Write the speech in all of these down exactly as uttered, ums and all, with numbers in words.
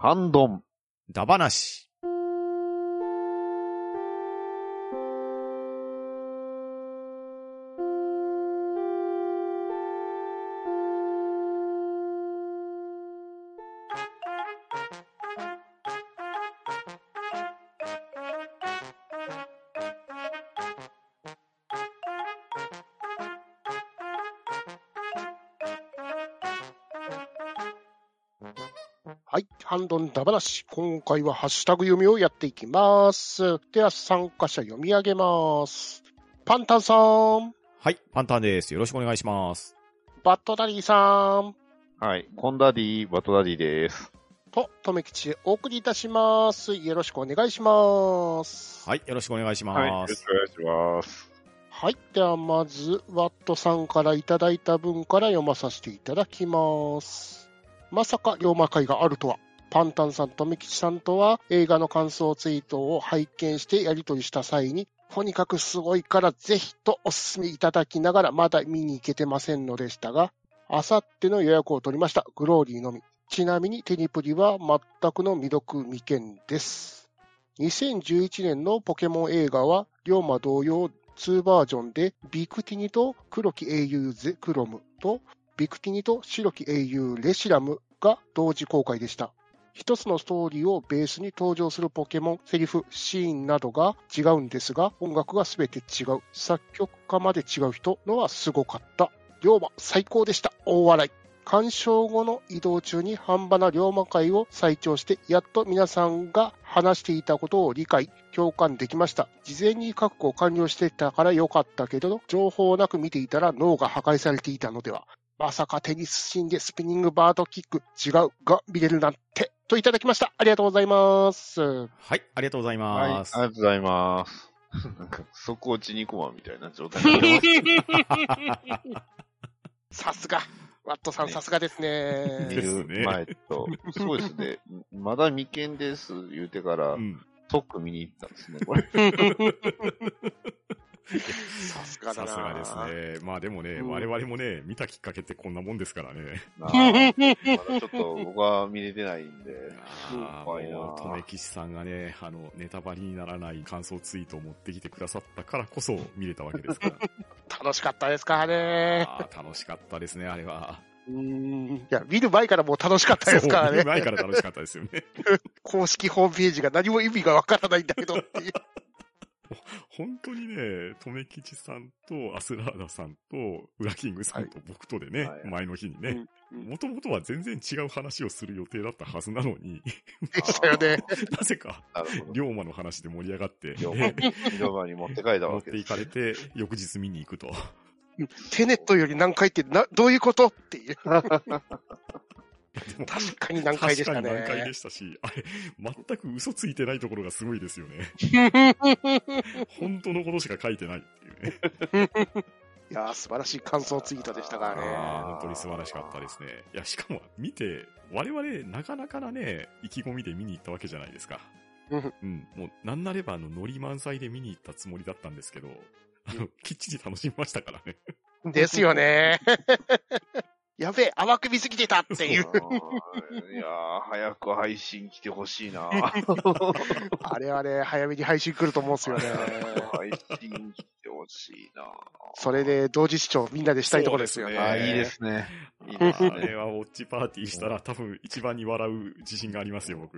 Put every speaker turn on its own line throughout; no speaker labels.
ハンドン。
ダバナシ。
はい。ハンドンダ話。今回はハッシュタグ読みをやっていきます。では参加者読み上げます。パンタンさん。
はい、パンタンです。よろしくお願いします。
バットダディさん。
はい。コンダディ、バトダディです。
と、とめきちでお送りいたします。よろしくお願いします。
はい、よろしくお願いします。
はい。よろしくお願いします。
はい。ではまず、ワットさんからいただいた文から読まさせていただきます。まさか龍馬会があるとは。パンタンさんとめきちさんとは映画の感想ツイートを拝見してやり取りした際に、とにかくすごいからぜひとお勧めいただきながらまだ見に行けてませんのでしたが、あさっての予約を取りました。グローリーのみ。ちなみにテニプリは全くの未読未見です。にせんじゅういちねんのポケモン映画は龍馬同様にバージョンでビクティニと黒き英雄ゼクロムとビクティニと白き英雄レシラムが同時公開でした。一つのストーリーをベースに登場するポケモン、セリフ、シーンなどが違うんですが、音楽がすべて違う。作曲家まで違う人のはすごかった。龍馬最高でした。大笑い。鑑賞後の移動中に半端な龍馬会を再聴して、やっと皆さんが話していたことを理解、共感できました。事前に覚悟を完了していたから良かったけど、情報なく見ていたら脳が破壊されていたのでは。まさかテニスシーンでスピニングバードキック違うが見れるなんてといただきました。ありがとうございます。
はい、ありがとうございます。
はい、ありがとうございます。なんか、底落ちにコマみたいな状態になってます。
さすが。ワットさん、ね、さすがですね。
見る前と、すごいですね。まだ未見です言うてから、うん、即見に行ったんですね、これ。
さすがだな。
さすがですね。まあでもね、うん、我々もね、見たきっかけってこんなもんですからね。
あまだちょっと僕は見れてないんで。
あ怖いな。とめきちさんがね、あの、ネタバレにならない感想ツイートを持ってきてくださったからこそ見れたわけですから。
楽しかったですからね。
あ楽しかったですね、あれは。
うーんいや、見る前からもう楽しかったですからね。
見る前から楽しかったですよね。
公式ホームページが何も意味がわからないんだけどっていう。
本当にね、とめきちさんとアスラーダさんとウラキングさんと僕とでね、はい、前の日にね、もともとは全然違う話をする予定だったはずなのに。
でしたよね。
なぜか、龍馬の話で盛り上がって、
龍馬に持って帰ったわけです。
持っていかれて、翌日見に行くと。
テネットより何回ってな、どういうことっていう。確かに難解でしたね。
確かに難解でしたし、あれ、全く嘘ついてないところがすごいですよね。本当のことしか書いてないっていうね。
いやー、素晴らしい感想ツイートでしたからね。
本当に素晴らしかったですね。いや、しかも、見て、我々、なかなかなね、意気込みで見に行ったわけじゃないですか。うん。もう、なんなれば、あの、ノリ満載で見に行ったつもりだったんですけど、あの、きっちり楽しみましたからね。
ですよね。やべえ、甘く見すぎてたっていう。いや
ー、早く配信来てほしいな
あれはね、早めに配信来ると思うんですよね。
配信来てほしいな
それで同時視聴みんなでしたいところですよね。
あ、いいですね。
いいですね。あれはウォッチパーティーしたら多分一番に笑う自信がありますよ、僕。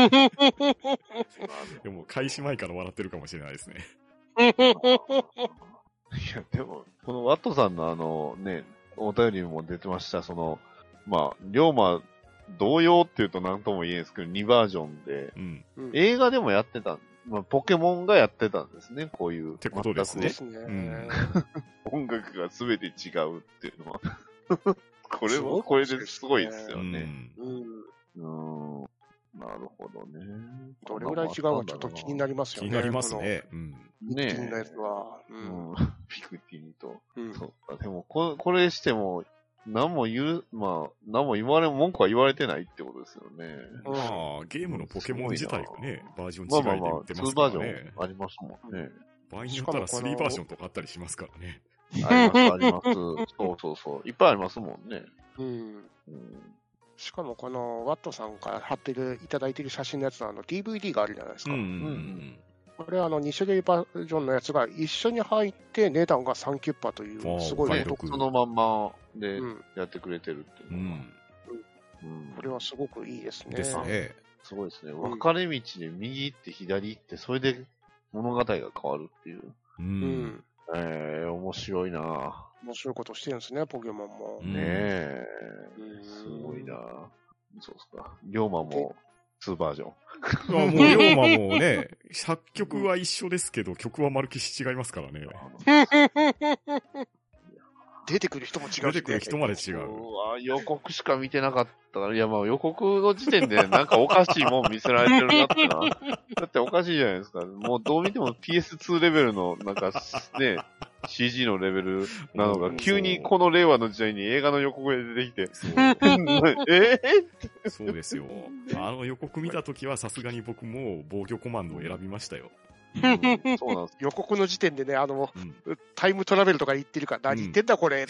でも、開始前から笑ってるかもしれないですね。
いや、でも、このワットさんのあのね、お便りにも出てました、その、まあ、龍馬同様っていうと何とも言えんですけど、にバージョンで、うん、映画でもやってた、まあ、ポケモンがやってたんですね、こういう。
ってことですね。
うん、
音楽が全て違うっていうのは。これは、これですごいですよね。うん。うんなるほどね。
どれぐらい違うかちょっと気になりますよね。
気になりますね。うん。
ねえ。気になるやつは。
うん。ピクティニと。うん。そうか。でも、これ、これしても、何も言う、まあ、何も言われ、文句は言われてないってことですよね。
まあ、ゲームのポケモン自体がね、バージョン違いで売ってますからね。まあまあまあ、にバージョン
ありますもんね。
場合によったらさんバージョンとかあったりしますからね。
あります、あります。そうそうそう。いっぱいありますもんね。うん。うん
しかもこのワットさんから貼ってる、いただいてる写真のやつのあの ディーブイディー があるじゃないですか。
うんうんうん。
これはあのに種類バージョンのやつが一緒に入って値段がさんキュッパという、すごいお得。
そのまんまでやってくれてるっていうのは、うん
うん、これはすごくいいですね。
ですね。
すごいですね。分かれ道で右行って左行って、それで物語が変わるっていう。
うん。
えー、面白いな
面白いことしてるんですね、ポケモンも。
ねえ。すごいなそうですか。龍馬もにバージョン。
あもう龍馬もね、作曲は一緒ですけど、曲は丸消し違いますからね。
出てくる人も違う、
ね。出てくる人まで違う。
うわ予告しか見てなかったから、いやまあ予告の時点でなんかおかしいもん見せられてるなってな。だっておかしいじゃないですか。もうどう見ても ピーエスツー レベルのなんかね、シージー のレベルなのが、急にこの令和の時代に映画の予告で出てきて。そうえ
ー、そうですよ。あの予告見たときはさすがに僕も防御コマンドを選びましたよ。
うん、そうなんです
予告の時点でね、あの、うん、タイムトラベルとか言ってるから、何言ってんだこれ、
うん、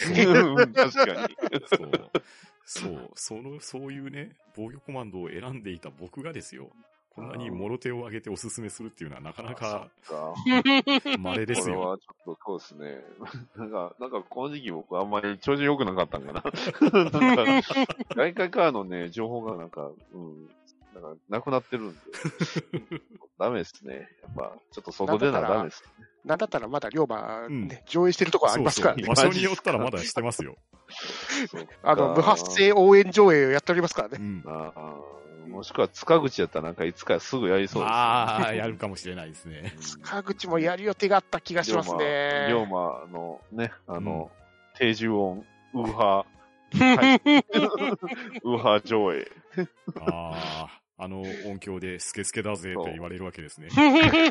確かに。
そう。そう。その、そういうね、防御コマンドを選んでいた僕がですよ。こんなにもろ手を挙げておすすめするっていうのはなかなか、稀ですよ。
これはちょっとそうですね。なんか、なんかこの時期僕あんまり調子良くなかったんかな。なんか、外界からのね、情報がなんか、うん。なんか、なくなってるんで。ダメですね。やっぱ、ちょっと外出なダメです、ね。
なんだったらまだ龍馬ね、うん、上映してるところありますからね。
そうそう場所によったらまだしてますよ。
あの、無発生応援上映をやっておりますからね。
うん、
あもしくは塚口やったらなんかいつかすぐやりそうです、ね。
ああ、やるかもしれないですね。
塚口もやる予定があった気がしますね。
龍馬のね、あの、うん、定住音、ウーハー、はい、ウーハー上映。
ああ。あの音響でスケスケだぜって言われるわけですね。
そ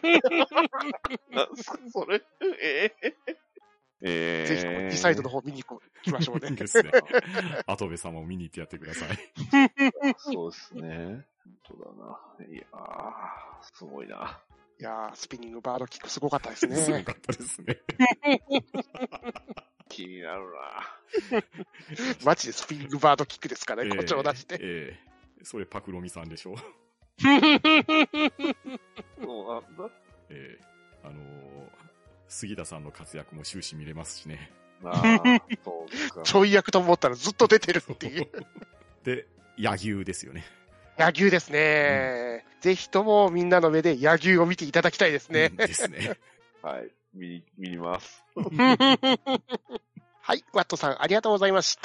れ、えー、えー、
ぜひ、ディサイドの方見に行きましょうね。
ですね。跡部様を見に行ってやってください。
そうですね。本当だな。いやー、すごいな。
いやー、スピニングバードキックすごかったですね。
すごかったですね。
気になるな。
マジでスピニングバードキックですからね、誇張出して。
ええーそれパクロミさんでしょ。
そうなんだ。
ええー、あのー、杉田さんの活躍も終始見れますしね。
ああ、そうか。
ちょい役と思ったらずっと出てるっていう。
で、柳生ですよね。
柳生ですね、うん。ぜひともみんなの目で柳生を見ていただきたいですね。
うん、ですね。
はい、見、見ます。
はい、ワットさんありがとうございました。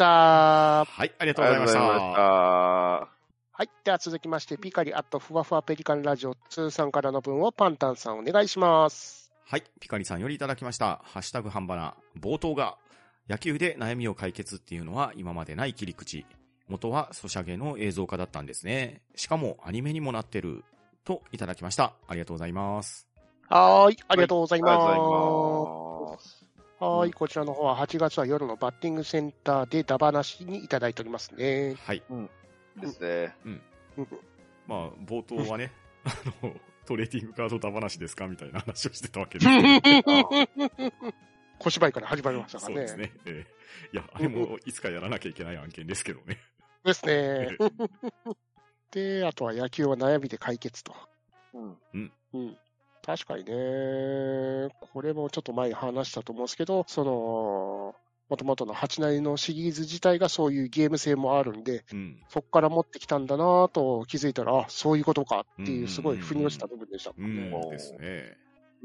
はい、ありがとうございました。
はい。では続きまして、ピカリアットふわふわペリカンラジオにさんからの分をパンタンさんお願いします。
はい。ピカリさんよりいただきました。ハッシュタグ半ばな。冒頭が、野球で悩みを解決っていうのは今までない切り口。元はソシャゲの映像化だったんですね。しかもアニメにもなってる。といただきました。ありがとうございます。
はーい。ありがとうございます。
はい、ありがとうございます。
はい、うん、こちらの方ははちがつは夜のバッティングセンターでダバなしにいただいておりますね。
はい。
うんですね。
うん。まあ、冒頭はね、あの、トレーディングカードだ話ですかみたいな話をしてたわけですけど。
小芝居から始まりましたからね。
そうですね。えー、いや、あれもいつかやらなきゃいけない案件ですけどね。
ですね。で、あとは野球は悩みで解決と。
うん。
うん。
うん。確かにね、これもちょっと前に話したと思うんですけど、その、もともとのはちなりのシリーズ自体がそういうゲーム性もあるんで、
うん、
そこから持ってきたんだなと気づいたら、あ、そういうことかっていう、すごい腑に落ちた部分でしたもんね。
うんですね。
うん。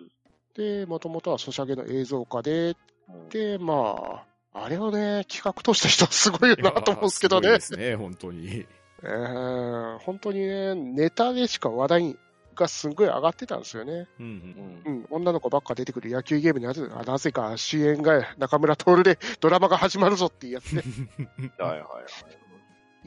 で、もともとはソシャゲの映像化で、で、まあ、あれをね、企画とした人はすごいなと思うんですけどね。
すごいですね、本当に。
えー、本当にね、ネタでしか話題がすごい上がってたんですよね。
うんうんうん
うん、女の子ばっか出てくる野球ゲームになぜなぜか主演が中村徹でドラマが始まるぞっていうやつね。
はいはいはい。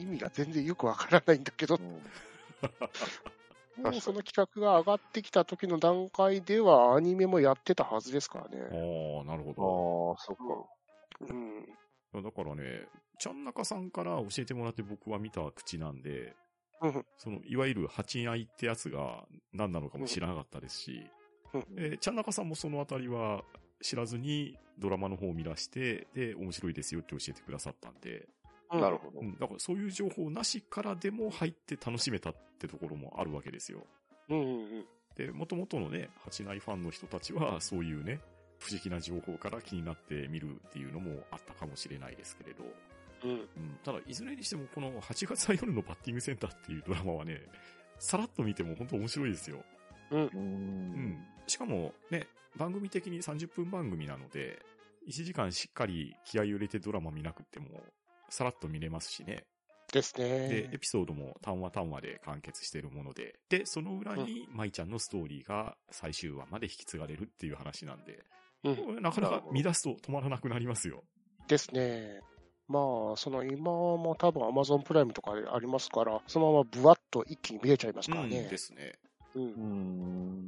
意味が全然よくわからないんだけど。うん、もうその企画が上がってきた時の段階ではアニメもやってたはずですからね。
ああ、なるほ
ど。ああ、そっか。
うん。
だからね、ちゃんなかさんから教えてもらって僕は見た口なんで、
うん、
そのいわゆる八愛ってやつが何なのかも知らなかったですし、
うん
えー、ちゃんなかさんもそのあたりは知らずにドラマの方を見出して、で、面白いですよって教えてくださったんで、
なるほど。
うん。だからそういう情報なしからでも入って楽しめたってところもあるわけですよ。
うんうんうん。
で、元々のね、八内ファンの人たちは、そういうね、不思議な情報から気になって見るっていうのもあったかもしれないですけれど。
うん。
うん。ただ、いずれにしても、このはちがつは夜のバッティングセンターっていうドラマはね、さらっと見ても本当面白いですよ。
うん。
う。
うんん。しかも、ね、番組的にさんじゅっぷん番組なので、いちじかんしっかり気合を入れてドラマ見なくっても、さらっと見れますしね。
ですね。
で、エピソードも単話単話で完結しているもので、で、その裏に舞ちゃんのストーリーが最終話まで引き継がれるっていう話なんで、
うん。
なかなか見出すと止まらなくなりますよ。
ですね。まあ、その今も多分 Amazon プライムとかでありますから、そのままブワッと一気に見れちゃいますからね。
うんですね。
うん。
うん。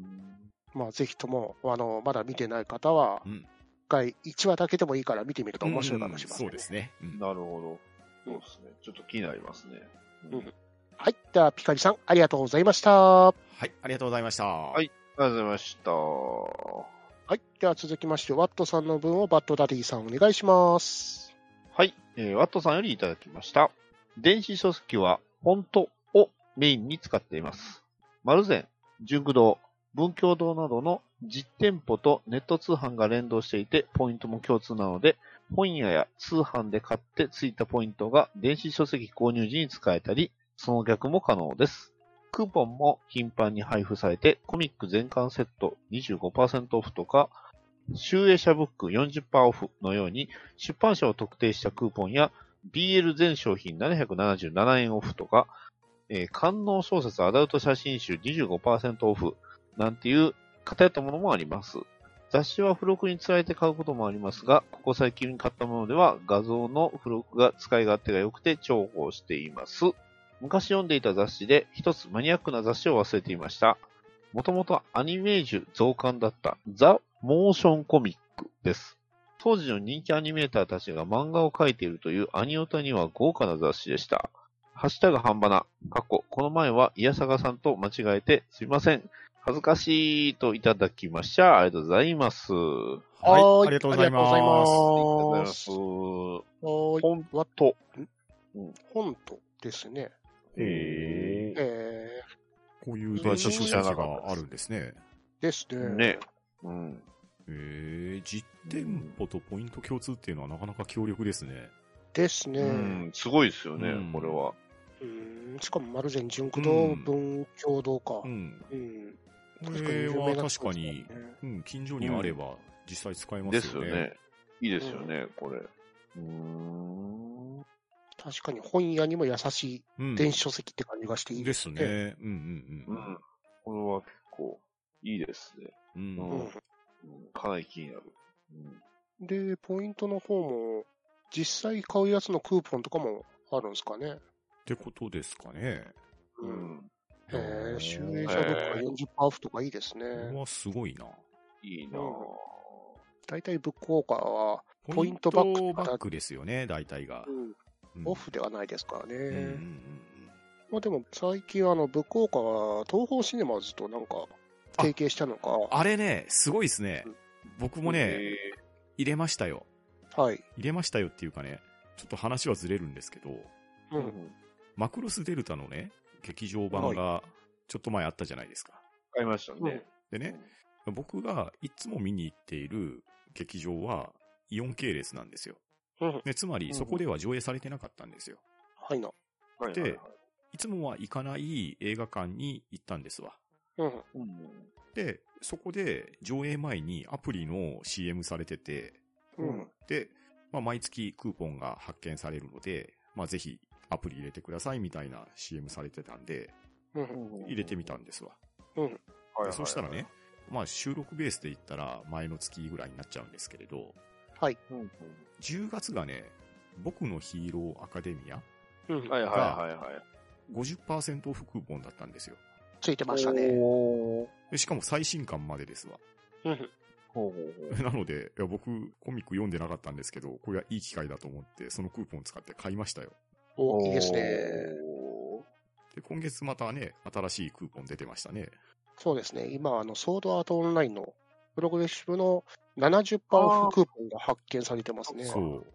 まあ、ぜひとも、あの、まだ見てない方は、
うん。
一回いちわだけでもいいから見てみると面白いかもしれません、ね
うんそうですね。うん
なるほど。そうですね。ちょっと気になりますね。
うんはい。では、ピカリさん、ありがとうございました。
はい、ありがとうございました。
はい。ありがとうございました。
はい。では、続きまして、ワットさんの分をバッドダディさんお願いします。
はい。えー、ワットさんよりいただきました。電子書籍はフォントをメインに使っています。丸善、純駆堂、文教堂などの実店舗とネット通販が連動していて、ポイントも共通なので、本屋や通販で買ってついたポイントが電子書籍購入時に使えたり、その逆も可能です。クーポンも頻繁に配布されて、コミック全巻セット にじゅうごパーセント オフとか、集英社ブック よんじゅっパーセント オフのように、出版社を特定したクーポンや、ビーエル 全商品ななひゃくななじゅうななえんオフとか、えー、官能小説アダルト写真集 にじゅうごパーセント オフなんていう偏ったものもあります。雑誌は付録につられて買うこともありますが、ここ最近買ったものでは画像の付録が使い勝手が良くて重宝しています。昔読んでいた雑誌で一つマニアックな雑誌を忘れていました。もともとアニメージュ増刊だったザ・モーションコミックです。当時の人気アニメーターたちが漫画を描いているというアニオタには豪華な雑誌でした。ハッシュタグ半ばな、過去、この前はイヤサガさんと間違えてすいません。恥ずかしいといただきました。ありがとうございます。
はい、ありがとうございます。
ありがとう
ありがとう
ご
ございます。
ざいます。はい。
本当。
本当ですね。
へ
え
こういう電子書籍があるんですね。
ー、ですね。
ー。ね。うん。
えー、実店舗とポイント共通っていうのはなかなか強力ですね。
ですね。
う
うん
ん。すごいですよね、
うん
これは。
んしかも、丸善純駆動
うん
文教堂か。
う
うん。
ん。こ
確かに
れは
有名な
確かに、
そうですね
うん、近所にあれば実際使えま
ですす
よね。
よね。いいですよね、これ。うーん。
確かに本屋にも優しい
うん。
電子書籍って感じがしていい
で
ですすね。
ね。うんうん
う。ん。これは結構いいですね。
うん。
う
うんん。
うんかなり気になる。うん、
で、ポイントの方も、実際買うやつのクーポンとかもあるんですかね。
ってことですかね。
う
うん。
ん。
へえ、集英
へ
社ブックがよんじゅっパーセントオフとかいいです
これ
ね。
はすごいな。
いいなぁ。
大体ブックウォーカーは、ポ
ポイン
イントバ
トバ
ック
ックですよね、大体が。
うん、
うん
オフではないですからね。
うんうんうん
まあでも最近あの、ブックウォーカーは東宝シネマズとなんか提携したのか。
あれね、すごいですね
うん。
僕もね、
へ
入れましたよ。
はい。
入れましたよっていうかね、ちょっと話はずれるんですけど、
う
ー
ん。
マクロスデルタのね、劇場版がちょっと前あったじゃないですか。
買いましたね。
でね、僕がいつも見に行っている劇場はイオン系列なんですよ。
うん。
でつまりそこでは上映されてなかったんですよ。
はいな。
はいはいはい
でいつもは行かない映画館に行ったんですわ。
うん。
うん
で、そこで上映前にアプリの シーエム されてて、
うん。
で、まあ、毎月クーポンが発券されるので、まあ、ぜひアプリ入れてくださいみたいな シーエム されてたんで、
うん。
入れてみたんですわ。
うん。
はいはいはい
そしたらね、まあ収録ベースで言ったら前の月ぐらいになっちゃうんですけれど、
はい。
うんうん
じゅうがつがね、僕のヒーローアカデミア
うん。
はいはいはいはい。
ごじゅっパーセントオフクーポンだったんですよ。
ついてましたね。
おー
でしかも最新刊までですわ。
うん。
ほうほうほう。
なので、いや僕コミック読んでなかったんですけど、これはいい機会だと思ってそのクーポンを使って買いましたよ。
お、いいですね。
で、今月またね、新しいクーポン出てましたね。
そうですね。今、あの、ソードアートオンラインのプログレッシブのななじゅっパーセントオフクーポンが発見されてますね。
そう。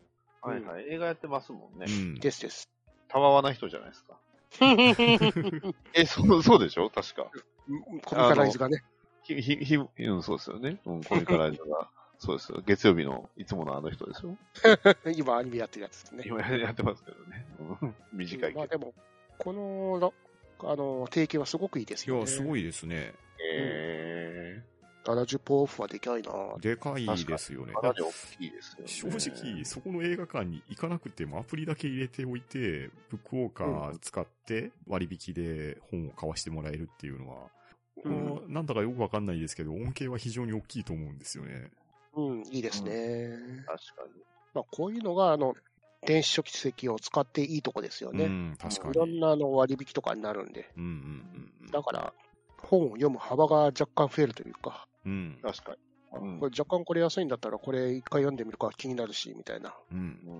はいはい。映画やってますもんね。
うん。
ですです。
たわわな人じゃないですか。え、そう、そうでしょ確か。
コミカライズがね。
ひ、ひ、ひ、うん、そうですよね。うん、コミカライズが。そうですよ。月曜日のいつものあの人ですよ。
今アニメやってるやつですね。
今やってますけどね。うん、短いけど。
まあでも、この、あの、提携はすごくいいですよね。
いや、すごいですね。
へ
ー。ななじゅっぽんオフはでかいな。
でかいですよね。
かなり大きいですよね。
正直、そこの映画館に行かなくてもアプリだけ入れておいて、ブックウォーカー使って割引で本を買わしてもらえるっていうのは、うん、なんだかよくわかんないですけど、恩恵は非常に大きいと思うんですよね。
うん、いいですね。
うん、確かに。
まあ、こういうのが、あの、電子書籍を使っていいとこですよね。
うん、確かに。
いろんなあの割引とかになるんで。
うんうんうん、
だから、本を読む幅が若干増えるというか。
うん。
確かに。
うん、これ若干これ安いんだったら、これ一回読んでみるか気になるし、みたいな。
うん。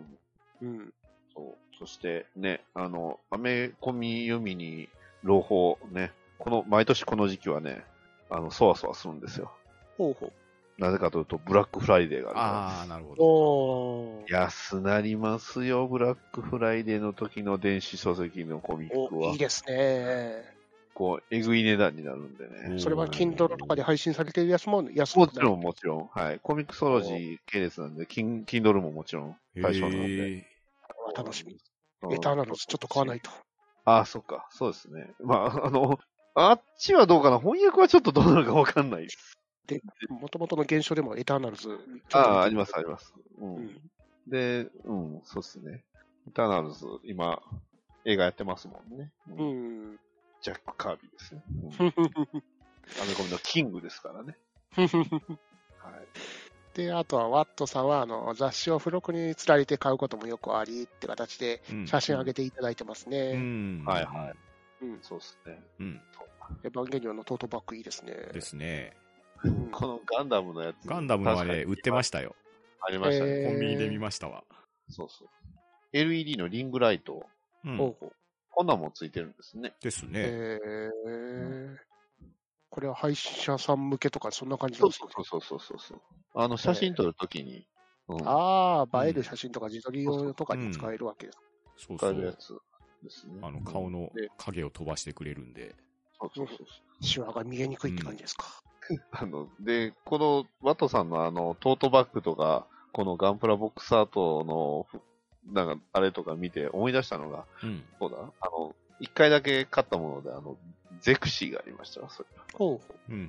うん。
そう。そしてね、あの、アメコミ読みに朗報ね、この、毎年この時期はね、あの、そわそわするんですよ。
ほうほう。
なぜかというと、ブラックフライデーがあるから。
ああ、なるほ
ど。お
安なりますよ、ブラックフライデーの時の電子書籍のコミックは。
いいですね。
こう、えぐい値段になるんでね。
それは Kindle とかで配信されてるやつも安く
もちろん、もちろん。はい。コミックソロジー系列なんで、キン Kindle ももちろん対象なので。
楽しみ。エターナルズちょっと買わないと。
ああ、そっか。そうですね。まあ、あの、あっちはどうかな。翻訳はちょっとどうなるかわかんないです。
で、もともとの現象でもエターナルズ。
ああ、あります、あります。うん。うん、で、うん、そうですね。エターナルズ、今、映画やってますもんね。
うん。うん、
ジャック・カービーですね。うん、アメコミのキングですからね。はい。
で、あとは、ワットさんは、あの、雑誌を付録につられて買うこともよくありって形で、写真上げていただいてますね。
うん。
はいはい。うん、そうですね。
うん。
エヴァンゲリオンのトートバッグいいですね。
ですね。
このガンダムのやつ。
ガンダムのあれ、売ってましたよ。
ありましたね。
コンビニで見ましたわ。
そうそう。エルイーディー のリングライト。
うん。
こんなんもついてるんですね。
ですね。
へー。これは配信者さん向けとか、そんな感じなんですか？
そうそうそうそうそう。あの、写真撮るときに。
うん、ああ、映える写真とか自撮り用とかに使えるわけです。
そうそう。
使えるやつですね。
あの、顔の影を飛ばしてくれるんで。
そうそうそう。
シワが見えにくいって感じですか。
うん、あの、で、この、ワトさんのあの、トートバッグとか、このガンプラボックスアートの、なんか、あれとか見て思い出したのが、
うん、
そうだ、あの、一回だけ買ったもので、あの、ゼクシーがありましたよ、それ。
ほうほ
う。うんうんうん、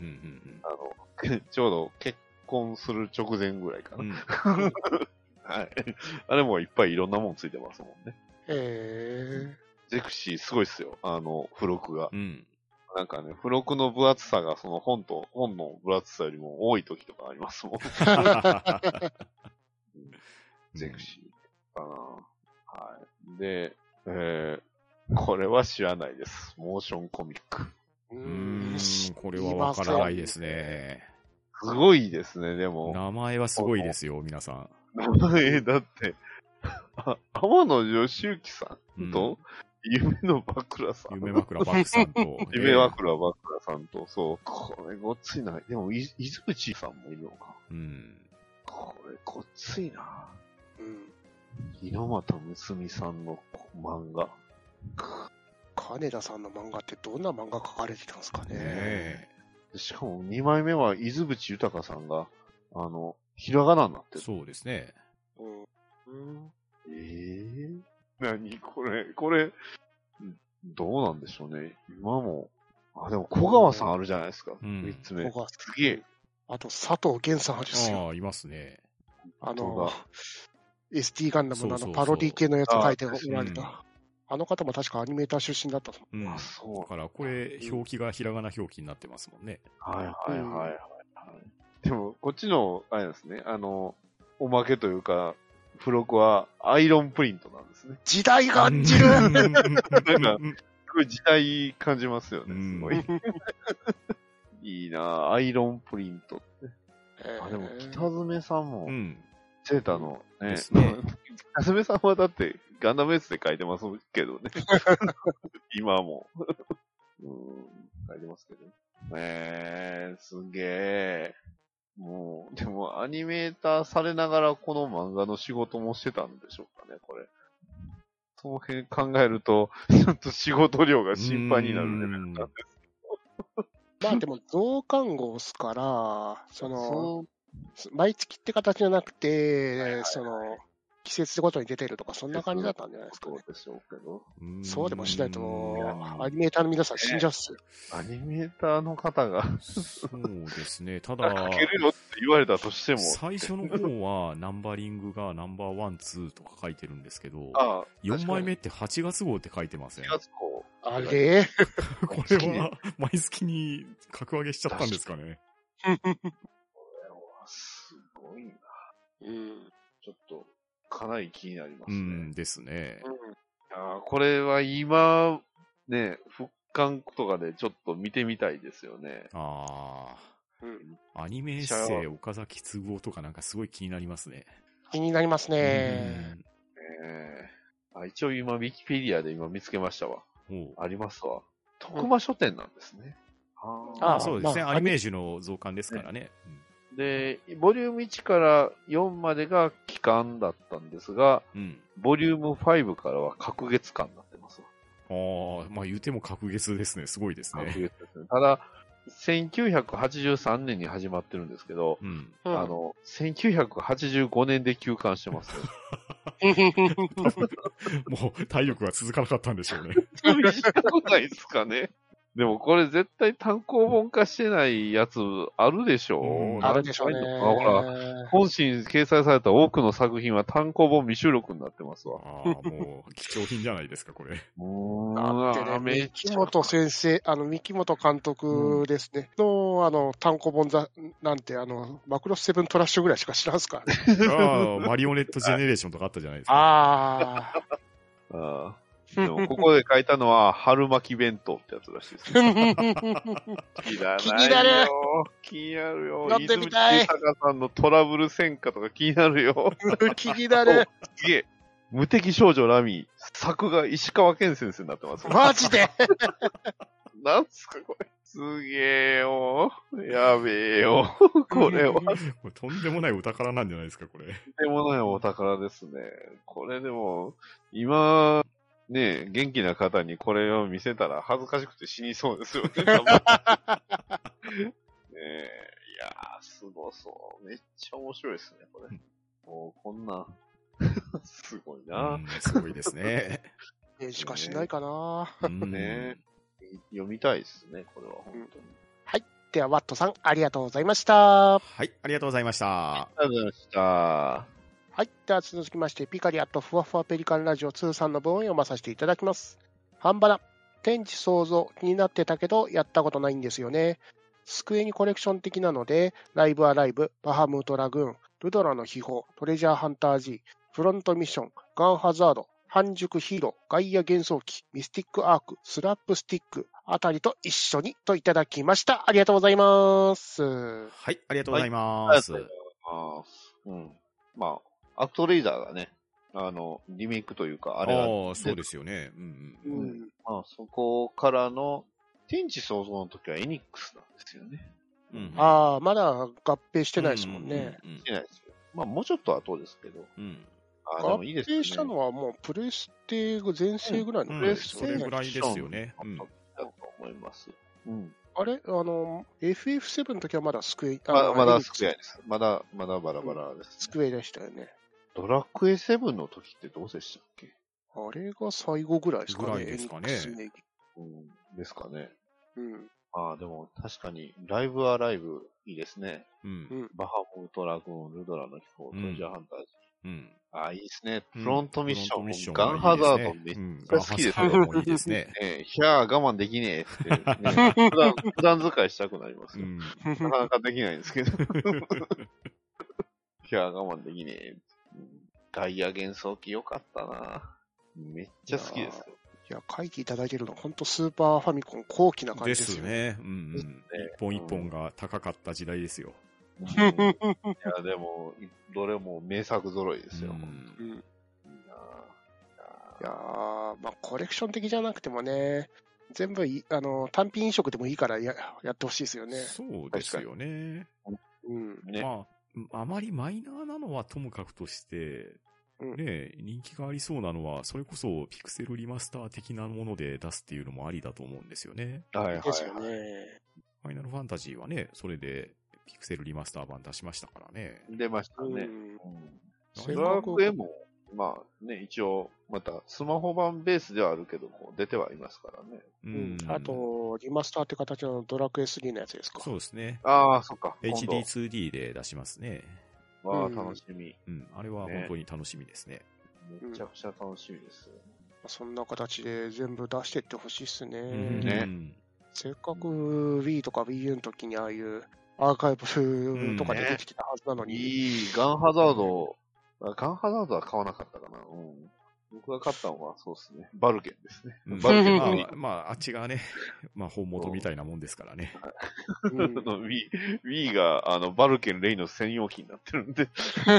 あの、ちょうど結婚する直前ぐらいかな。うん、はい。あれもいっぱいいろんなもんついてますもんね。
へ
ー。ゼクシーすごいっすよ、あの、付録が。
うん。
なんかね、付録の分厚さがその本と、本の分厚さよりも多い時とかありますもん。ゼクシーかな。はい。で、えー、これは知らないです。モーションコミック。
うーん、これはわからないですね。
すごいですね、でも。
名前はすごいですよ、皆さん。
名前、だって、あ、天野義行さんと、うん、夢の枕さん。
夢枕バックさんと。
夢枕バックさんと、そう。これごっついな。でも、い、伊豆口さんもいるのか。
うん。
これごっついな。
うん。
猪俣睦美さんの漫画。
金田さんの漫画ってどんな漫画描かれてたんですかね。
ね
しかもにまいめは伊豆淵豊さんが、あの、ひらがなになってる。
そうですね。
うん。うん、
ええー、何これ、これ、どうなんでしょうね。今も、あ、でも小川さんあるじゃないですか。うん、みっつめ。
小川
すげえ。
あと佐藤源さんですよ。
ああ、いますね。
あの、エスティー ガンダムのあのパロディ系のやつ書いておられた。あ, あの方も確かアニメーター出身だったと
思う。うん。あ、そう。だからこれ、表記がひらがな表記になってますもんね。
はいはいはいはい。でも、こっちの、あれですね、あの、おまけというか、付録はアイロンプリントなんですね。
時代感じる
なんか、すごい時代感じますよね、すごい。いいなぁ、アイロンプリントって。えー、あ、でも、北爪さんも、うん、セータのね、ね北爪さんはだって、ガンダムエースで書いてますけどね。今も。うん、書いてますけど。えー、すげえ。もう、でもアニメーターされながらこの漫画の仕事もしてたんでしょうその辺考えると、ちょっと仕事量が心配になるレベルなんです。
まあでも増刊号ですから、その、
そう
毎月って形じゃなくて、その、季節ごとに出てるとか、そんな感じだったんじゃないですかね。
そうでしょうけど。
そうでもしないと、
うん
アニメーターの皆さん死んじゃうっすよ。
アニメーターの方が
そうですね。ただ、
書けるよって言われたとしても。
最初の方はナンバリングがナンバーワン、ツーとか書いてるんですけど、
ああ
よんまいめってはちがつ号って書いてません。
しがつ号。
あれ
これは毎月に格上げしちゃったんですかね。
すごいな。
うん。
ちょっと、かなり気になります
う
ね。
んですね。
あこれは今、ね、復刊とかでちょっと見てみたいですよね。
ああ、
うん、
アニメエッセイ岡崎都合とかなんかすごい気になりますね。
気になりますね。
えー、あ一応今、ウィキペディアで今見つけましたわ。ありますわ。徳間書店なんですね。
うん、ああ、そうですね、まあ。アニメージュの増刊ですからね。ね
うん、で、ボリュームいちからよんまでが期間だったんですが、うん、ボリュームごからは隔月間になってますわ。
ああ、まあ言うても隔月ですね。すごいですね。
隔月ですね。ただ、せんきゅうひゃくはちじゅうさんねんに始まってるんですけど、うん、あの、せんきゅうひゃくはちじゅうごねんで休刊してますね。
もう体力が続かなかったんでしょうね。
短くないですかね。でもこれ絶対単行本化してないやつあるでしょう、
うん、あるでしょうね。
ほら、本誌に掲載された多くの作品は単行本未収録になってますわ。
ああ、もう貴重品じゃないですか、これ。
もう、だってね、三木本先生、あの、三木本監督ですね、うん、の、あの、単行本ざなんて、あの、マクロスセブントラッシュぐらいしか知らんすからね。
ああ、マリオネットジェネレーションとかあったじゃないですか。
あ
あ。ああ。でも、ここで書いたのは、春巻き弁当ってやつらしいですね。気になる。気になる。気になるよ。
飲んでみたい。
泉坂さんのトラブル戦果とか気になるよ。
気になる。
すげえ。無敵少女ラミー、作が石川健先生になってます。
マジで
なんすか、これ。すげえよ。やべえよ。これは。
とんでもないお宝なんじゃないですか、これ。とん
でもないお宝ですね。これでも、今、ねえ、元気な方にこれを見せたら恥ずかしくて死にそうですよね。ねえ、いやー、すごそう。めっちゃ面白いですね、これ。もう、こんな、すごいな。
すごいですね。
えしかしないかな。
ね読みたいですね、これは、本当に。
はい。では、ワットさん、ありがとうございました。
はい、ありがとうございました。
ありがとうございました。
はい。では続きまして、ピカリアットふわふわペリカンラジオにさんの文を読まさせていただきます。半ばな。天地創造気になってたけど、やったことないんですよね。スクエニコレクション的なので、ライブアライブ、バハムートラグーン、ルドラの秘宝、トレジャーハンター G、フロントミッション、ガンハザード、半熟ヒーロー、ガイア幻想機、ミスティックアーク、スラップスティックあたりと一緒にといただきました。ありがとうございます。
はい、ありがとうございます。はい、ありがとう
ございます。うん。まあ、アクトレイザーがね、あの、リメイクというか、あれは。
ああ、そうですよね。うん
うん。うん、まあ、そこからの、天地創造の時はエニックスなんですよね。
うん、ああ、まだ合併してないですもんね。
うんうんうん、してないですよ。まあ、もうちょっと後ですけど。うん。
あ合併したのはもうプレステ全盛ぐらいの
プレステぐらいですよね。
うん。だと思います。うん。
あれあの、エフエフセブン の時はまだスクエ
ア、ま, まだスクエアです。まだ、まだバラバラです、ね
うん。スクエアでしたよね。
ドラクエセブンの時ってどうでしたっけ？
あれが最後ぐらいですかね。
ぐらいですかね。
うん。ですかね。
うん。
ああ、でも確かに、ライブはライブいいですね。
うん。
バハムートラグーン、ルドラの秘宝、トレジャーハンターズ。
うん。
ああ、いいですね。フロントミッション、
うん、ョン
ガンハザードめっちゃ好きです
ね。うん、いいですね。
えー、ひゃー我慢できねえって、ね普段、普段使いしたくなります、うん。なかなかできないんですけど。ひゃー我慢できねえ。ガイア幻想機よかったな。めっちゃ好きですよ。
いや、書いていただいてるのは本当スーパーファミコン後期な感じですよ
ね。ですね。うんうん。一本一本が高かった時代ですよ。
うん、いや、でも、どれも名作揃いですよ。うん、い
やー、まあ、コレクション的じゃなくてもね、全部あの単品飲食でもいいからややってほしいですよね。
そうですよね。
うん、
ねまあ、あまりマイナーなのはともかくとして、 ね、人気がありそうなのは、それこそピクセルリマスター的なもので出すっていうのもありだと思うんですよね。
はいはい、はい。
ですよね。
ファイナルファンタジーはね、それでピクセルリマスター版出しましたからね。
出ましたね。うん。ドラクエも、まあね、一応、またスマホ版ベースではあるけども、出てはいますからね。
うん。あと、リマスターって形のドラクエスリーのやつですか。
そうですね。
あ
あ、そっか。
エイチディーツーディー で出しますね。
わあ、楽しみ。
うん。あれは本当に楽しみですね。
めちゃくちゃ楽しみです。
そんな形で全部出していってほしいっすね。
ね。
せっかく Wii とか Wii U の時にああいうアーカイブとかで出てきたはずなのに。
いい、ガンハザード、ガンハザードは買わなかったかな。うん。僕が買ったのはそうですね。バルケンですね。
うん、
バルケン
まあ、まあ、あっちがね、まあ本元みたいなもんですからね。
うん、Wii, Wii があのバルケンレイの専用機になってるんで。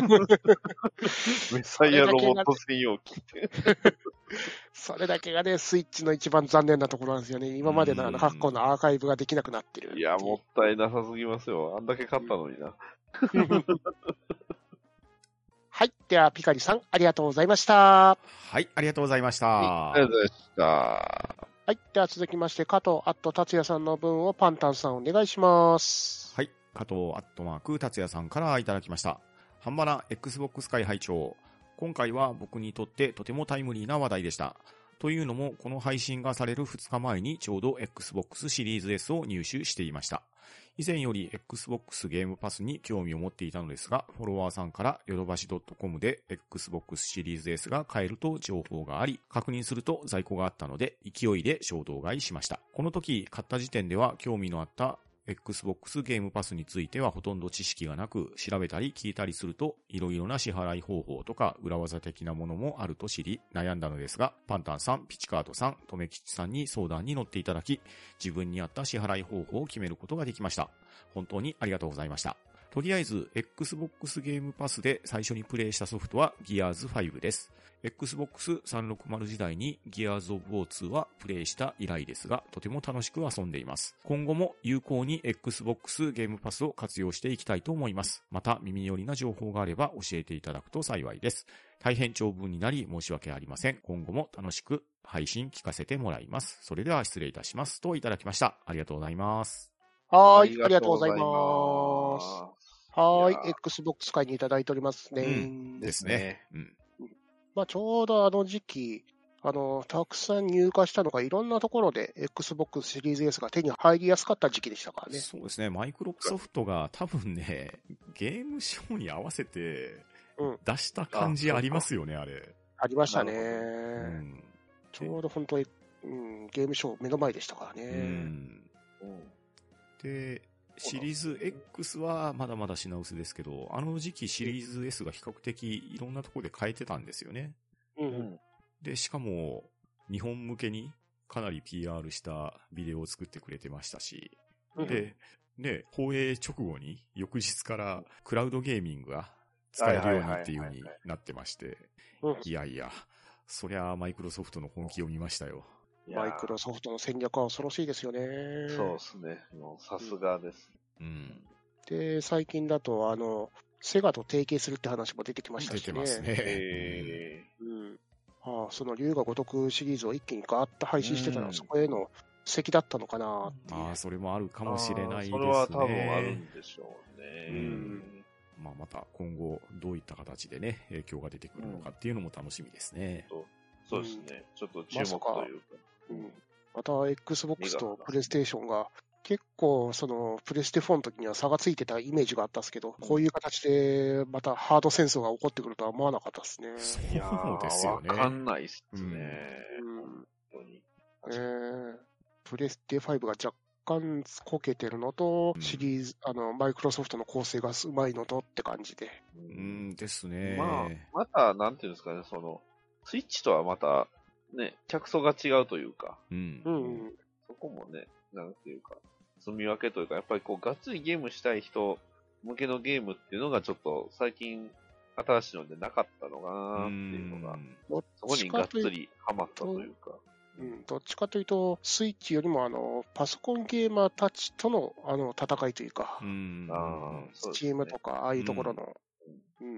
メサイアロボット専用機って。
それだけがね、スイッチの一番残念なところなんですよね。今までのあの過去のアーカイブができなくなってる。
いや、もったいなさすぎますよ。あんだけ買ったのにな。
はい。では、ピカリさん、ありがとうございました。
はい、ありがとうございました。
はい、ありがとうございました。
はい。では続きまして、加藤アット達也さんの分をパンタンさんお願いします。
はい。加藤アットマーク達也さんからいただきました。ハンバナ Xbox 会拝聴。今回は僕にとってとてもタイムリーな話題でした。というのも、この配信がされるふつかまえにちょうど Xbox シリーズ S を入手していました。以前より Xbox ゲームパスに興味を持っていたのですが、フォロワーさんからヨドバシ .com で Xbox シリーズ S が買えると情報があり、確認すると在庫があったので、勢いで衝動買いしました。この時、買った時点では興味のあったXbox ゲームパスについてはほとんど知識がなく、調べたり聞いたりすると、いろいろな支払い方法とか裏技的なものもあると知り、悩んだのですが、パンタンさん、ピチカートさん、とめきちさんに相談に乗っていただき、自分に合った支払い方法を決めることができました。本当にありがとうございました。とりあえず、Xbox ゲームパスで最初にプレイしたソフトは Gears ファイブです。エックスボックスさんびゃくろくじゅう時代に Gears of War ツーはプレイした以来ですが、とても楽しく遊んでいます。今後も有効に Xbox ゲームパスを活用していきたいと思います。また耳寄りな情報があれば教えていただくと幸いです。大変長文になり申し訳ありません。今後も楽しく配信聞かせてもらいます。それでは失礼いたしますといただきました。ありがとうございます。
はい、ありがとうございます。はい、Xbox 会にいただいておりますね。うん、
ですね。うん。
まあ、ちょうどあの時期、あの、たくさん入荷したのがいろんなところで Xbox シリーズ S が手に入りやすかった時期でしたからね。
そうですね。マイクロソフトが多分ね、ゲームショーに合わせて出した感じありますよね、うん、あれ。
ありましたね、うん。ちょうど本当に、うん、ゲームショー目の前でしたからね。うん
で、シリーズ X はまだまだ品薄ですけど、あの時期シリーズ S が比較的いろんなところで買えてたんですよね。
うん、
で、しかも日本向けにかなり ピーアール したビデオを作ってくれてましたし、うん、で、ね、放映直後に翌日からクラウドゲーミングが使えるようにっていう風になってまして、いやいや、そりゃマイクロソフトの本気を見ましたよ。
マイクロソフトの戦略は恐ろしいですよね。
そうですね。もうさすがです。
うん。
で、最近だと、あの、セガと提携するって話も出てきましたしね。
出てますね。
えー、うん。ああ、その龍が如くシリーズを一気にガーッと配信してたのは、そこへの布石だったのかなっていう。
ああ、それもあるかもしれないですね。
それは多分あるんでしょうね。
うん。まあ、また今後どういった形でね、影響が出てくるのかっていうのも楽しみですね。
うん、そうですね。ちょっと注目というか。
うん、また Xbox とプレイステーションが結構そのプレステフォーの時には差がついてたイメージがあったんですけど、こういう形でまたハード戦争が起こってくるとは思わなかったですね。
そうですよね。
わかんないっすね。うん。
本当に。えー、プレステファイブが若干こけてるのと、うん、シリーズ、あの、マイクロソフトの構成がうまいのとって感じで。
うんですね。
まあ、また、なんていうんですかね、その、スイッチとはまた、ね、着想が違うというか、
うん。
うん、
そこもね、なんていうか、積み分けというか、やっぱりこう、がっつりゲームしたい人向けのゲームっていうのがちょっと最近新しいのでなかったのかなっていうのが、そこにがっつりハマったというか。
うん、どっちかというと、スイッチよりもあのパソコンゲーマーたちとのあの戦いというか、
うん、
あスチームとか、ああいうところの、うん、うん、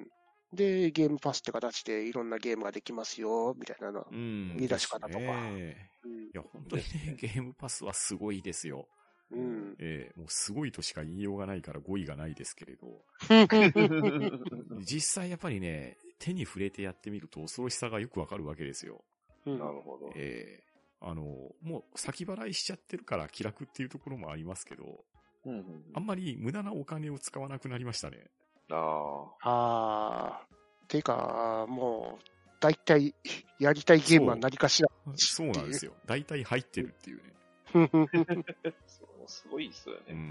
で、ゲームパスって形でいろんなゲームができますよ、みたいなの、
うん。
売り出し方とか。
ね
うん、
いや、本当にね、ゲームパスはすごいですよ。
うん。
えー、もうすごいとしか言いようがないから語彙がないですけれど。実際やっぱりね、手に触れてやってみると恐ろしさがよくわかるわけですよ。
なるほど。
えー、あの、もう先払いしちゃってるから気楽っていうところもありますけど、
うんうんうん、
あんまり無駄なお金を使わなくなりましたね。
あ
あ。ああ。ていうか、もう、大体、やりたいゲームは何かしら。
そうなんですよ。大体入ってるっていうね。
そうすごいですよね。
うん、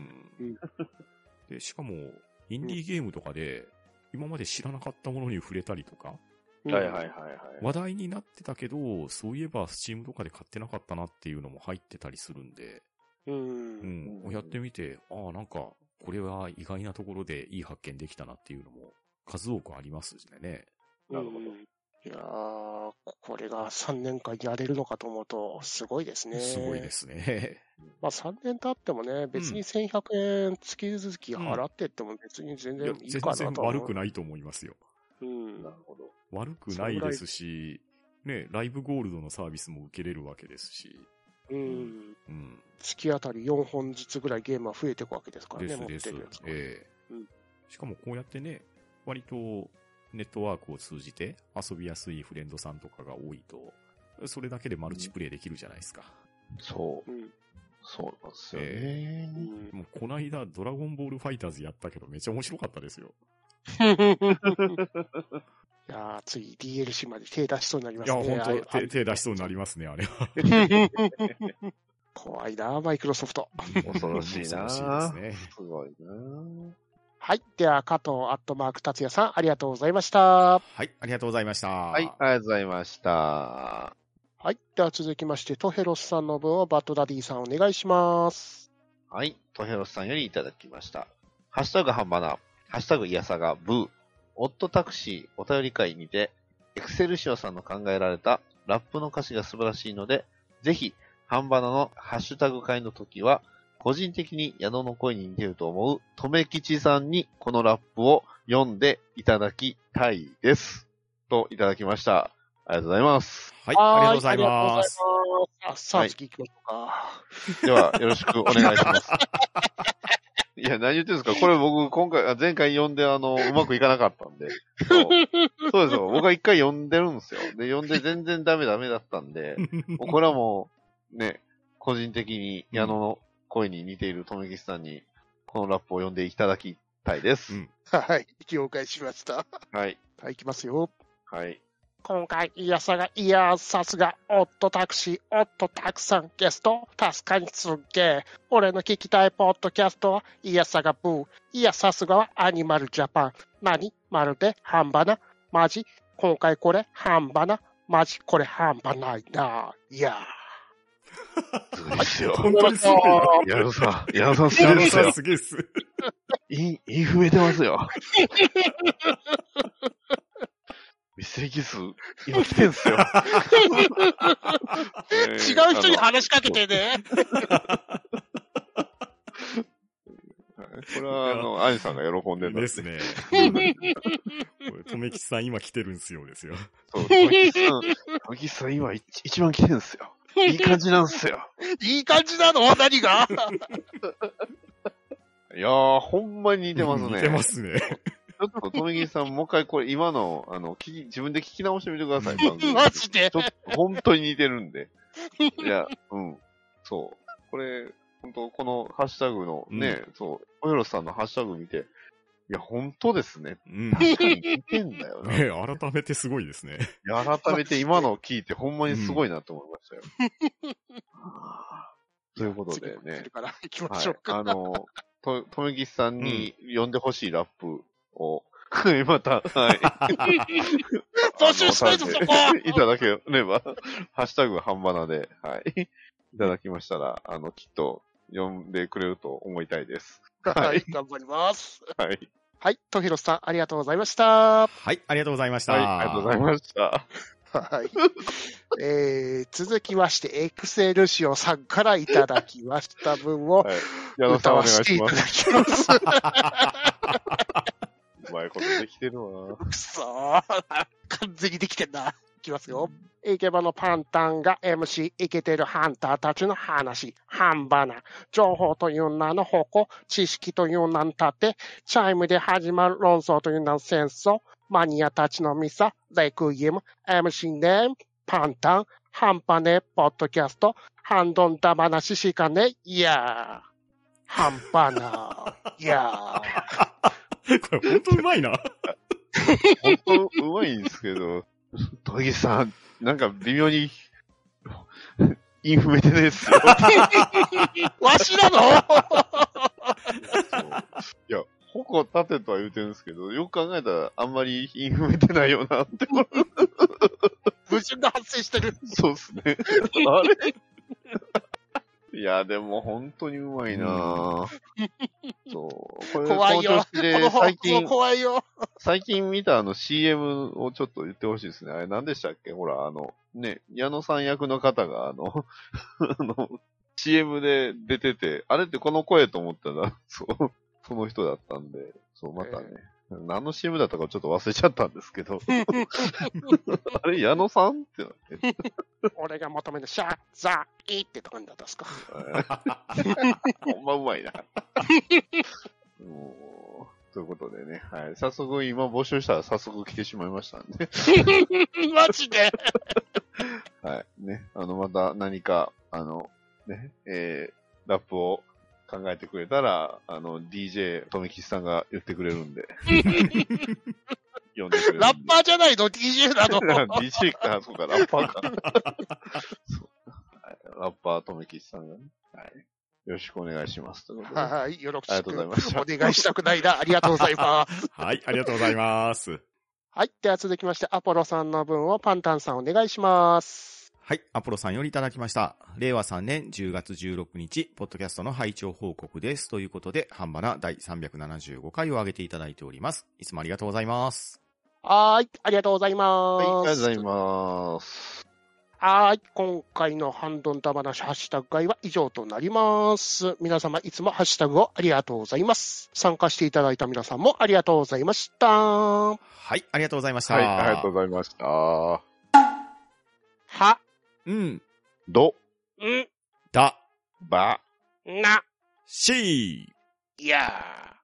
で、しかも、インディーゲームとかで、今まで知らなかったものに触れたりとか、
はいはいはいはい。
話題になってたけど、そういえばスチームとかで買ってなかったなっていうのも入ってたりするんで、
うん。
うん。やってみて、ああ、なんか、これは意外なところでいい発見できたなっていうのも数多くありますね。
なるほど。
いやー、これがさんねんかんやれるのかと思うと、すごいですね。
すごいですね。
まあさんねん経ってもね、別にせんひゃくえん月々払ってっても別に全然いいかなと思う。
全然悪くないと思いますよ。
うん。
なるほど。
悪くないですし、ね、ライブゴールドのサービスも受けれるわけですし。
うん。
うん。
月あたりよんほんずつぐらいゲームは増えていくわけですからね、
ですです。
持ってるやつ。
ええーうん。しかもこうやってね、割とネットワークを通じて遊びやすいフレンドさんとかが多いと、それだけでマルチプレイできるじゃないですか。
うん、そう。うん、そうなんですよね。え
ー、もうこないだドラゴンボールファイターズやったけどめっちゃ面白かったですよ。
いやー、つい ディーエルシー まで手出しそうになりますね。
いや、本当手、手出しそうになりますね、あれは。
怖いな、マイクロソフト。
恐ろしいな。
恐ろしいですね。
すごいな。
はい。では、加藤アットマーク達也さん、ありがとうございました。
はい、ありがとうございました。
はい、ありがとうございました。は
い。では続きまして、トヘロスさんの分をバッドダディさんお願いします。
はい。トヘロスさんよりいただきました。ハッシュタグハンバナ、ハッシュタグイヤサガブー。オットタクシーお便り会にて、エクセルシオさんの考えられたラップの歌詞が素晴らしいので、ぜひ、ハンバナのハッシュタグ会の時は、個人的に矢野の声に似てると思う、とめきちさんにこのラップを読んでいただきたいです。といただきました。ありがとうございます。
はい、ありがとうございます。
あ、さあ次行きましょうか。
では、よろしくお願いします。いや、何言ってるんですか？これ僕、今回、前回読んで、あの、うまくいかなかったんで。そう。そうですよ。僕は一回読んでるんですよ。で、読んで全然ダメダメだったんで、もうこれはもう、ね、個人的に矢野の声に似ているとめきちさんに、このラップを読んでいただきたいです。うん、
はい。了解しました。
はい。
はい、いきますよ。
はい。
今回、イヤサが、いや、さすが、オットタクシー、オットたくさんゲスト、助かりすっげえ。俺の聞きたいポッドキャストは、イヤサがブー。いや、さすがはアニマルジャパン。何まるで半端な。マジ今回これ半端な。マジこれ半端ないな。いや
ー。すごいっすよ。
本当にすごいな。
矢野さん、矢野さんすげえっすよ。
すげえっす。
いい、いい増えてますよ。ミステリーキス、今来てんすよ。
えー、違う人に話しかけてね。
これは、あの、アニさんが喜んでるん
ですね。これ、とめきちさん今来てるんすよですよ。
そう、とめきちさん、とめきちさん今一番来てるんすよ。いい感じなんすよ。
いい感じなの何が
いやー、ほんまに似てますね。
似てますね。
ちょっと、とめきちさん、もう一回これ、今の、あの、聞き、自分で聞き直してみてください、番組。
マジで
ちょっと、本当に似てるんで。いや、うん。そう。これ、本当このハッシュタグのね、うん、そう、おひろさんのハッシュタグ見て、いや、本当ですね。うん。確かに似てんだよな。
ね改めてすごいですね。
いや、改めて今のを聞いて、ほんまにすごいなと思いましたよ。うん、ということでね。
から行きましょうか。
はい、あの、と、とめきちさんに読んでほしいラップを、また、はい。
募集したいぞ、そこ
いただければ、ハッシュタグ半ばなで、はい。いただきましたら、あの、きっと読んでくれると思いたいです。
はい。頑張ります。
はい。
はい。とひろさん、ありがとうございました。
はい。ありがとうございました。
はい。ありがとうございました。
はい。えー、続きまして、エクセルシオさんからいただきました分を、はい、歌わせていただきます。
うまいいことできてるわ。
くそー。完全にできてんな。いきますよ。イケボのパンタンが エムシー イケてるハンターたちの話。半ばな。情報という名の矛、知識という名の盾、チャイムで始まる論争という名の戦争、マニアたちのミサ、レクイエム、エムシー ネーム、パンタン、半端ね、ポッドキャスト、ハンドンダ話しかね、いやー。半端な。いや
ー。これ本当うまいな。
本当うまいんですけど、トギさん、なんか微妙に、インフメてねえっすよ。
わしなの
いや、矛立てとは言うてるんですけど、よく考えたらあんまりインフメてないよなって。
矛盾が発生してる。
そうっすね。あれいや、でも本当にうまいなぁ。そう。これ
怖いよ。
この調子で
この
最近、
怖いよ。
最近見たあの シーエム をちょっと言ってほしいですね。あれ何でしたっけほら、あの、ね、矢野さん役の方があの、あの、シーエム で出てて、あれってこの声と思ったら、そう、その人だったんで、そう、またね。えー、何の シーエム だったかちょっと忘れちゃったんですけど。あれ、矢野さんってなって。
俺が求めるシャッザーイってとこにだったんですか。
ほんまうまいな。もうということでね、はい。早速今募集したら早速来てしまいましたんで。
マジで
はい。ね。あの、また何か、あの、ね、えー、ラップを考えてくれたら、あの、ディージェー、とめきちさんが言ってくれるんで。呼んでくれるんで。
ラッパーじゃないの ?ディージェー なの ?
ディージェー か、そうか、ラッパーか。そうはい、ラッパーとめきちさんがね。はい。よろしくお願いします。
はい、よろしく。
ありがとうございました。
お願いしたくないな。ありがとうございます。
はい、ありがとうございます。
はい。では続きまして、アポロさんの分をパンタンさんお願いします。
はい、アポロさんよりいただきました。れいわさんねんじゅうがつじゅうろくにち、ポッドキャストの拝聴報告です。ということで、ハンバナだいさんびゃくななじゅうごかいを上げていただいております。いつもありがとうございます。
はい、ありがとうございます。
はい、ありがとうございます。
はい、今回のハンドンダ話ハッシュタグ会は以上となります。皆様いつもハッシュタグをありがとうございます。参加していただいた皆さんもありがとうございました。
はい、ありがとうございました。
はい、ありがとうございました。は、
うん、
ど、
ん、
だ、
ば、
な、
しー。
いやー。